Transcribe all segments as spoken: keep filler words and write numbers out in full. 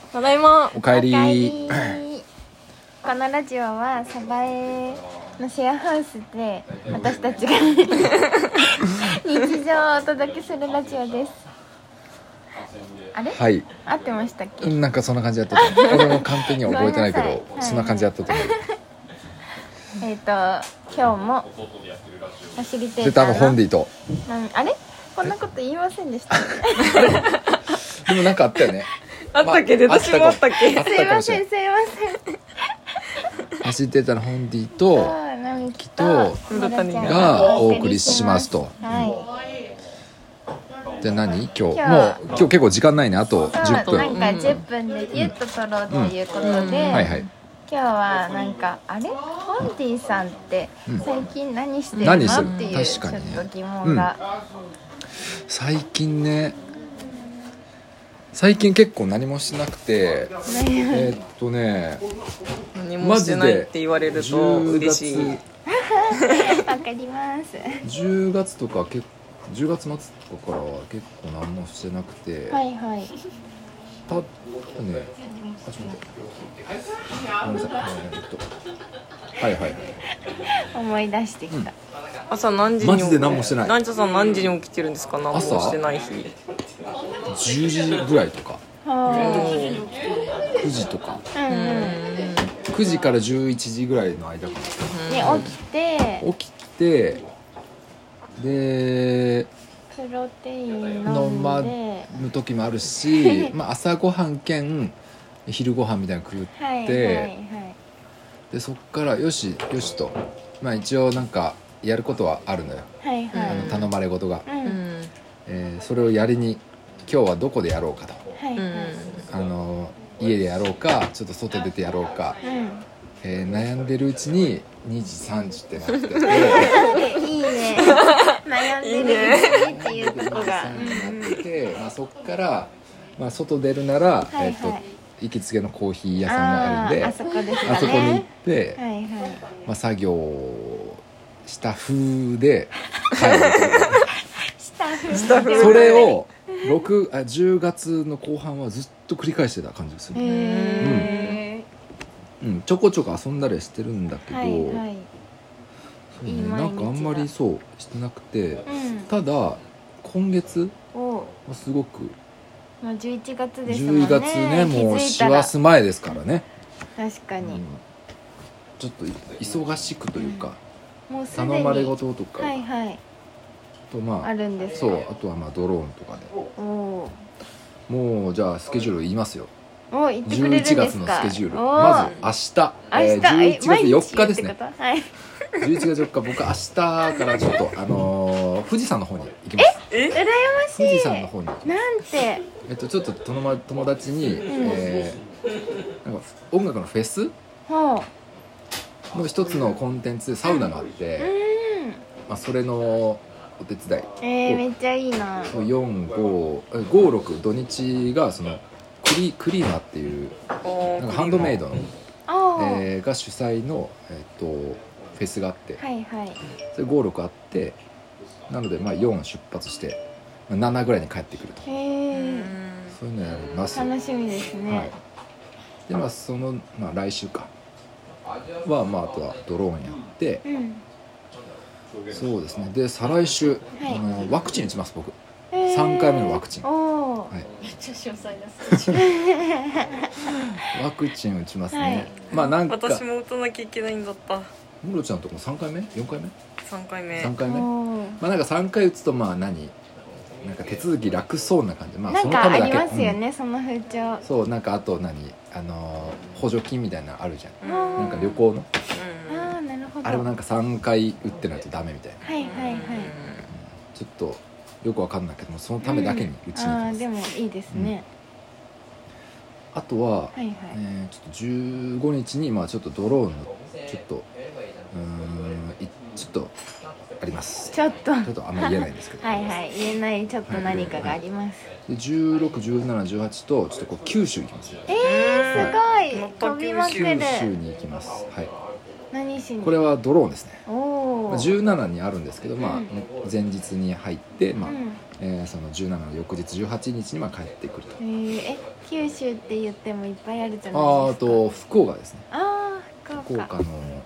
ただいま。 おかえり。 おかえりこのラジオはサバエのシェアハウスで私たちが日常をお届けするラジオです。あれ、 はい、 合ってましたっけ？ なんかそんな感じやったと思う。俺も完璧には覚えてないけど、 ごめんなさい、はい、 そんな感じやったと思う。 えっと今日もファシリテーで、 ターの多分ホンディとなんあれこんなこと言いませんでしたでもなんかあったよね。 あったっけ、 まあ私もあったっけ。 あっすいたかもしれない。 ませんすいませんファシリテーターのホンディと並木と村ちゃんがお送りしますと。 はいじゃあ何今日もう今日は今日結構時間ないね。あとじゅっぷん。 そうなんかじゅっぷんでギュッと撮ろうということで、 うんはいはい。 今日はなんかあれホンディさんって最近何してるの、 何してるっていうちょっ確かにねと疑問が、 最近ね、最近結構何もしなくて、えーっとね、 何もしてないって言われると嬉しい。 わかりますじゅうがつとか結構じゅうがつ末とかからは結構何もしてなくて、 はいはいたね、あ、ちょっと待ってごめんなさい、えーっとはいはいはい。 思い出してきた、 朝何時にマジで何もしてない。 成田さん何時に起きてるんですか？何もしてない日。 じゅうじぐらいとかはくじとかあうんうんくじからじゅういちじぐらいの間かなに起きて起きて、でプロテイン飲ん飲までむ時もあるしまあ朝ごはん兼昼ごはんみたいなの食って、 はいはいはいでそっからよしよしと、まあ一応なんかやることはあるのよ、 はいはいあの頼まれ事が、 うんうんえーそれをやりに今日はどこでやろうかと、 はいはいあの家でやろうかちょっと外出てやろうか、 うんえー悩んでるうちににじさんじってなってていいね悩んでるうちにっていうとこがにじさんじになってて、まあ、そっから、まあ、外出るなら、 はいはいえー、と行きつけのコーヒー屋さんがあるんであーあそこですかねあそこに行って、 はいはいまあ、作業をした風で帰るスタッフスタッフそれをろくあじゅうがつの後半はずっと繰り返してた感じがする、 へうん、ちょこちょこ遊んだりしてるんだけーど、 はいはいそうね、 いい毎日だなんかあんまりそうしてなくて、 うんただ今月おはすごくもうじゅういちがつですもんねじゅうがつねもう師気づいたら走前ですからね、 確かに、 うん、ちょっと忙しくというか、 もうすでに頼まれ事とか、 はいはいとまああるんですそうあとはまあドローンとかでおーもうじゃあスケジュール言いますよ。 お言ってく 11 れるんですか月のスケジュールおーまず明日、えー、 明日、 じゅういちがつよっかですね。 毎日ってことはいじゅういちがつよっか僕明日からちょっとあのー、富士山の方に行きます羨ましい富士山の方に行きますなんてえっとちょっと友友達に、えー、なんか音楽のフェスほうの一つのコンテンツでサウナがあって、 うんまあ、それのお手伝いえー、めっちゃいいなよん、ご、ご、ろく土日がそのクリクリーマーっていうなんかハンドメイドの、 あー、 えーが主催の、えー、とフェスがあってはいはいそれご、ろくあってなのでまあよん出発してまあななぐらいに帰ってくるとへえそういうのやります。 楽しみですね、 はい、でまあその、まあ、来週かは、まあ、あとはドローンやってうんそうですねで再来週、 はいあのワクチン打ちます僕へーさんかいめのワクチン、はおーい、 めっちゃ詳細なスケジュールワクチン打ちますね、 はいまあなんか私も打たなきゃいけないんだった。 ムロちゃんとこもさんかいめよんかいめさんかいめ。 さんかいめまおーあなんかさんかい打つとまあ何なんか手続き楽そうな感じまあなんかあそのためだけりますようんね、その風潮そうなんかあと何あのー補助金みたいなのあるじゃん、 うんなんか旅行のああなるほどあれもなんかさんかい打ってないとダメみたいなはいはいはいちょっとよくわかんないけどもそのためだけに打ちに行きあます、 あでもいいですね、 あとは、 はいはい、 えーちょっとじゅうごにちにまあちょっとドローンのちょっとうーんいちょっとありますちょっとちょっとあんまり言えないんですけどはいはい言えないちょっと何かがあります、 でじゅうろく、じゅうなな、じゅうはちとちょっとこう九州行きますえー、すごいまた飛びまく九る州に行きますはい何しにこれはドローンですねおおまあ、じゅうしちにあるんですけど、まあ、 うん前日に入って、まあうんえーそのじゅうしちの翌日じゅうはちにちにまあ帰ってくると。 えー、え九州って言ってもいっぱいあるじゃないですか。 あーあと福岡ですね。 あー福岡福岡の、うん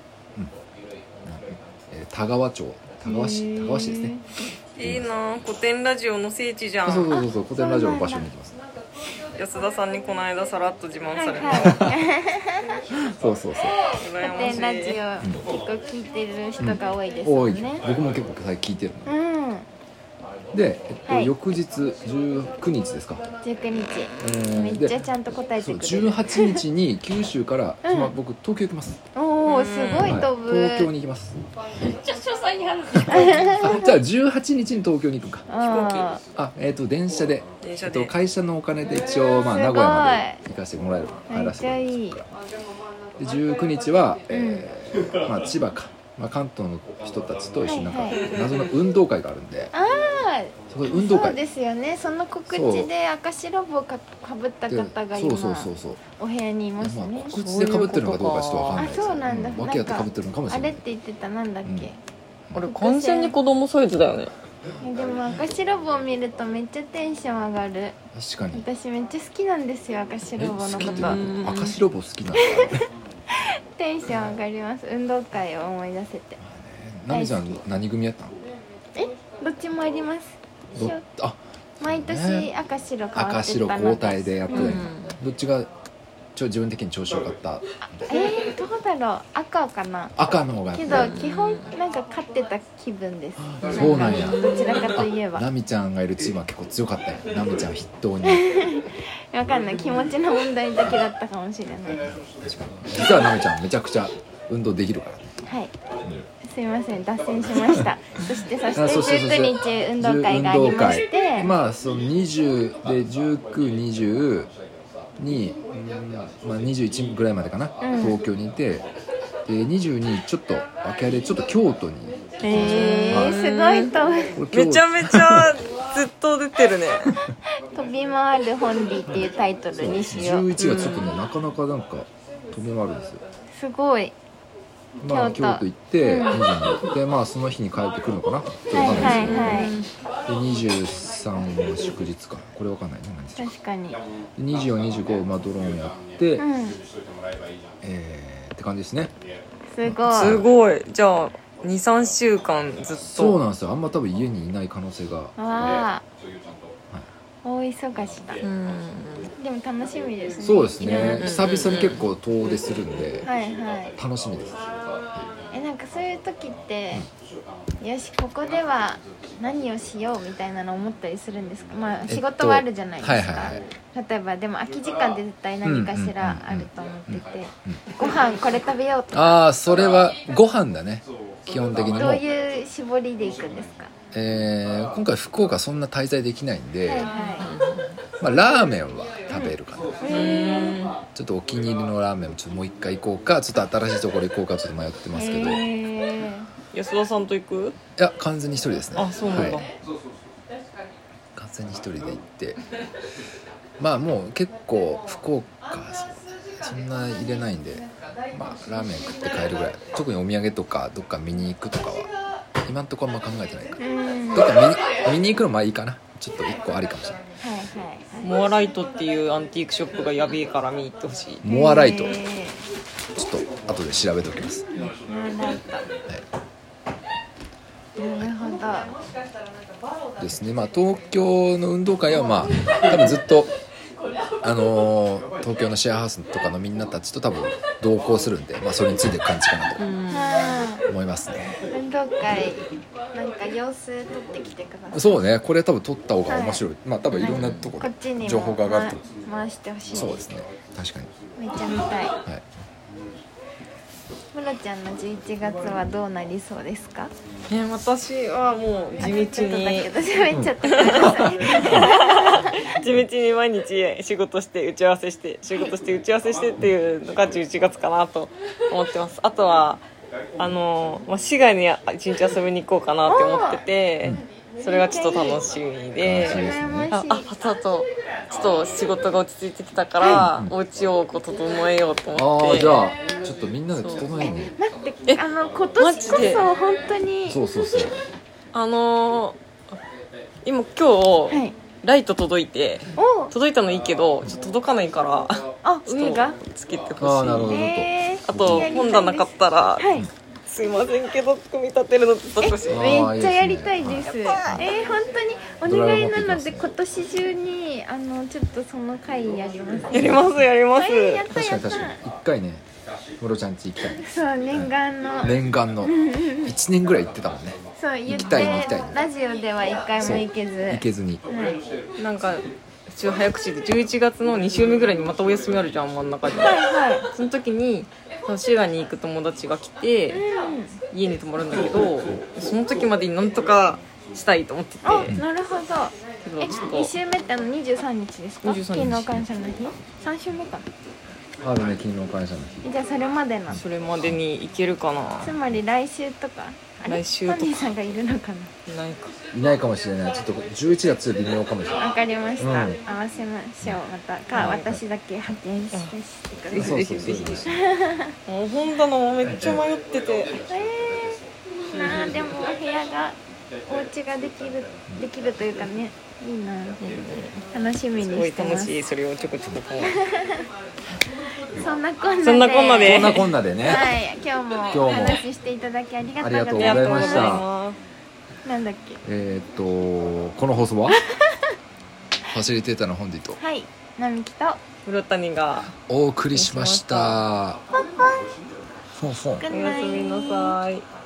えー田川町田川市田川市ですね。 いいな、古典ラジオの聖地じゃん。 そうそうそうそう古典ラジオの場所に行きます。 安田さんにこの間さらっと自慢された、 はいはいそうそうそう羨ましい。 古典ラジオ結構聞いてる人が多いです多いもんね。 僕も結構最近聞いてるのうんで、えっとはい翌日じゅうくにちですか、 じゅうくにち、 えーめっちゃちゃんと答えそうてくれる。 じゅうはちにちに九州から、 うんまあ、僕東京行きます、 おおすごいはい飛ぶ、 東京に行きますじゃあ詳細に話すあじゃあじゅうはちにちに東京に行くかああえっ、と電車で電車でえっと、会社のお金で一応、まあ、 すごい名古屋まで行かせてもらえるーめっちゃいい。 でじゅうくにちは、えーまあ、千葉か、まあ、関東の人たちと一緒になんか、 はいはい謎の運動会があるんであそこであ運動会そうですよね。その告知で赤白帽かかぶったで方が今そうそうそうそうお部屋にいますまあね。 告知で被ってるのかどうかちょっとわかんないですけどあそうなんだうん訳あって被ってるのかもしあれないれって言ってたなんだっけ、 あれ完全に子供サイズだよね。 えでも赤白帽見るとめっちゃテンション上がる。 確かに私めっちゃ好きなんですよ赤え白帽の好きって方。 うん赤白帽好きなんだテンション上がります。運動会を思い出せて。 ナミちゃん何組やったのえどっちもあります。 どあ毎年赤白変わってたの赤白交代でやってたんやうんどっちがちょ自分的に調子よかったえー、どうだろう赤かな。 赤の方がけやっぱど基本なんか勝ってた気分です。 そうなんやどちらかといえばナミちゃんがいるチームは結構強かったよナミちゃんを筆頭にわかんない気持ちの問題だけだったかもしれない。 確かに実はナミちゃんめちゃくちゃ運動できるからねはい。すいません脱線しました。そしてそあそうそうそうしてじゅうくにち運動会がありまし運動て、 会まあそのにじゅうでじゅうく、にじゅうに、まあ、にじゅういちぐらいまでかな、 うん東京にいてでにじゅうにちょっと訳ありでちょっと京都にえー、すごいとこれ京めちゃめちゃずっと出てるね。 飛び回る本リっていうタイトルにしよ 11 う。 月ちょっとね、なかなかなんか飛び回るんですよすごい。 まあ京都京都行ってにじゅうにでまあその日に帰ってくるのかなちょっとはいわかんないはいですけど、 はい。 でにじゅうさんは祝日かこれわかんないね何日か確かに。 でにじゅうよん、にじゅうご、まあ、ドローンやって、 うん。 えーって感じですねすごい。 すごい。じゃあに、さんしゅうかんずっと。 そうなんですよあんま多分家にいない可能性がわあ。大忙しだ。 うん。 でも楽しみですね。 そうですねいろいろ久々に結構遠出するんではいはい。 楽しみですえなんかそういう時ってよしここでは何をしようみたいなの思ったりするんですか。まあ仕事はあるじゃないですか、 はいはいはい例えばでも空き時間で絶対何かしらあると思っててうんご飯これ食べようとかああそれはご飯だね基本的にどうもう、 いう絞りでいくんですか。 えー今回福岡そんな滞在できないんで、 はいはまあ、ラーメンは食べるかな、 い。へちょっとお気に入りのラーメンをちょっともう一回行こうかちょっと新しいところ行こうかちょっと迷ってますけど、いえ。 安田さんと行く？ や完全に一人ですねあ、そうなんだ。 はい、完全に一人で行ってまあもう結構福岡そんな入れないんで、まあ、ラーメン食って帰るぐらい特にお土産とかどっか見に行くとかは今んとこあんま考えてないかうんらどっか見に見に行くのまあいいかなちょっと一個ありかもしれないはいはいモアライトっていうアンティークショップがやべえから見に行ってほしい。 モアライトへーちょっと後で調べておきます、 モアライトなるほど。 ですねまあ東京の運動会はまあ多分ずっとあのー東京のシェアハウスとかのみんなたちと多分同行するんで、まあ、それについていく感じかなとあ思いますね、 ー運動会なんか様子撮ってきてください。 そうねこれ多分撮った方が面白い、まあ多分いろんなとここっちにもろで情報が上がると、 ま回してほしい。 そうですね確かにめっちゃ見たい。 はいムロちゃんのじゅういちがつはどうなりそうですか。 え、私はもう地道ちょっとだにけど喋っちゃってください。 地道に毎日仕事して打ち合わせして仕事して打ち合わせしてっていうのがじゅういちがつかなと思ってます。あとはあの、まあ、市外に一日遊びに行こうかなって思ってて、 それがちょっと楽しみで楽しみですね羨ましいあああとあとちょっと仕事が落ち着いてきたから、お家をこう整えようと思って。 ああじゃあちょっとみんなで整えね。 待ってえあの今年こマジでそ本当にそうそうそう。 あのー、今今日、 はいライト届いてお届いたのいいけどちょっと届かないからあちょっと上がつけてあほしいーなるほどえーあとやりたいです本棚買ったら、 はいすいませんけど組み立てるのって少しあーめっちゃやりたいです。えー、本当にお願いなのでド今年中にあのちょっとその回やります。 やりますやります、 はいやった確かやった。 に確かに一回ねムロちゃん家行きたい。 そう念願の、 念願の一年ぐらい行ってたもんね。 そう言っ行きたい行きてたいラジオでは一回も行けず。 行けずに。 はいなんか一応早口でじゅういちがつのに週目ぐらいにまたお休みあるじゃん真ん中にはいはい。 その時にその滋賀に行く友達が来て家に泊まるんだけどその時までになんとかしたいと思っててあなるほど。 けどえちょっと二週目ってあの二十三日ですか？ にじゅうさんにち勤労感謝の日？三週目かな。 あるね勤労感謝の日。 じゃあそれまでな。 それまでに行けるかなつまり来週とか。あれ来週とかトニーさんがいるのかな。 ないかいないかもしれない。ちょっとじゅういちがつ微妙かもしれない。 わかりました、 うん合わせましょうまたか、 はい私だけ派遣してしてください。 そうそうそうそう。 もう本棚もめっちゃ迷っててえー、なあでもお部屋がお家ができるできるというかねいいな楽しみすごいにしてます楽しいそれをちょこちょここうそんなこんなでそんなこんなでこんなこんなでね。 はい今日も今日もお話ししていただきありがとうございありがとうまございましたすなんだっけえーっとこの放送はファシリテーターの本ディとはい並木と室谷がお送りしました。フォンフォン。 グッおナイやすみなさい